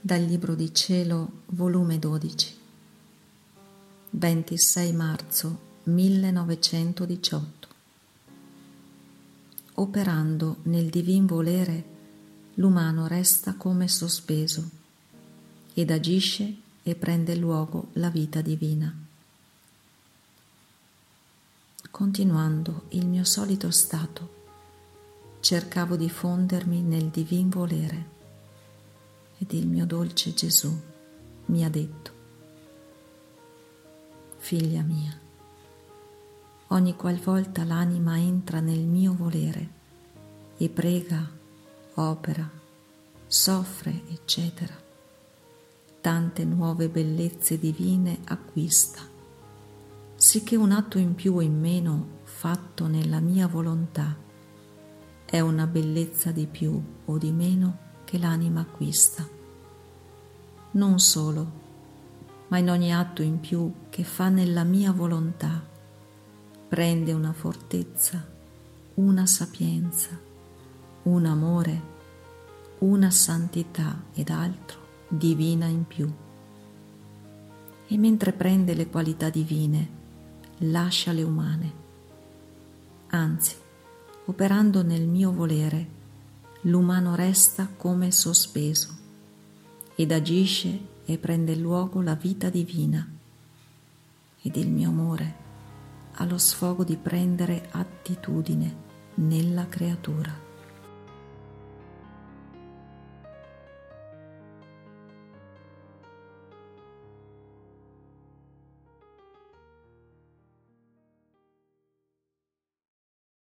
Dal Libro di Cielo, volume 12, 26 marzo 1918. Operando nel divin volere, l'umano resta come sospeso ed agisce e prende luogo la vita divina. Continuando il mio solito stato, cercavo di fondermi nel divin volere. Ed il mio dolce Gesù mi ha detto: figlia mia, ogni qualvolta l'anima entra nel mio volere e prega, opera, soffre, eccetera, tante nuove bellezze divine acquista, sicché un atto in più o in meno fatto nella mia volontà è una bellezza di più o di meno che l'anima acquista. Non solo, ma in ogni atto in più che fa nella mia volontà prende una fortezza, una sapienza, un amore, una santità ed altro divina in più. E mentre prende le qualità divine, lascia le umane. Anzi, operando nel mio volere, l'umano resta come sospeso ed agisce e prende luogo la vita divina, ed il mio amore ha lo sfogo di prendere attitudine nella creatura.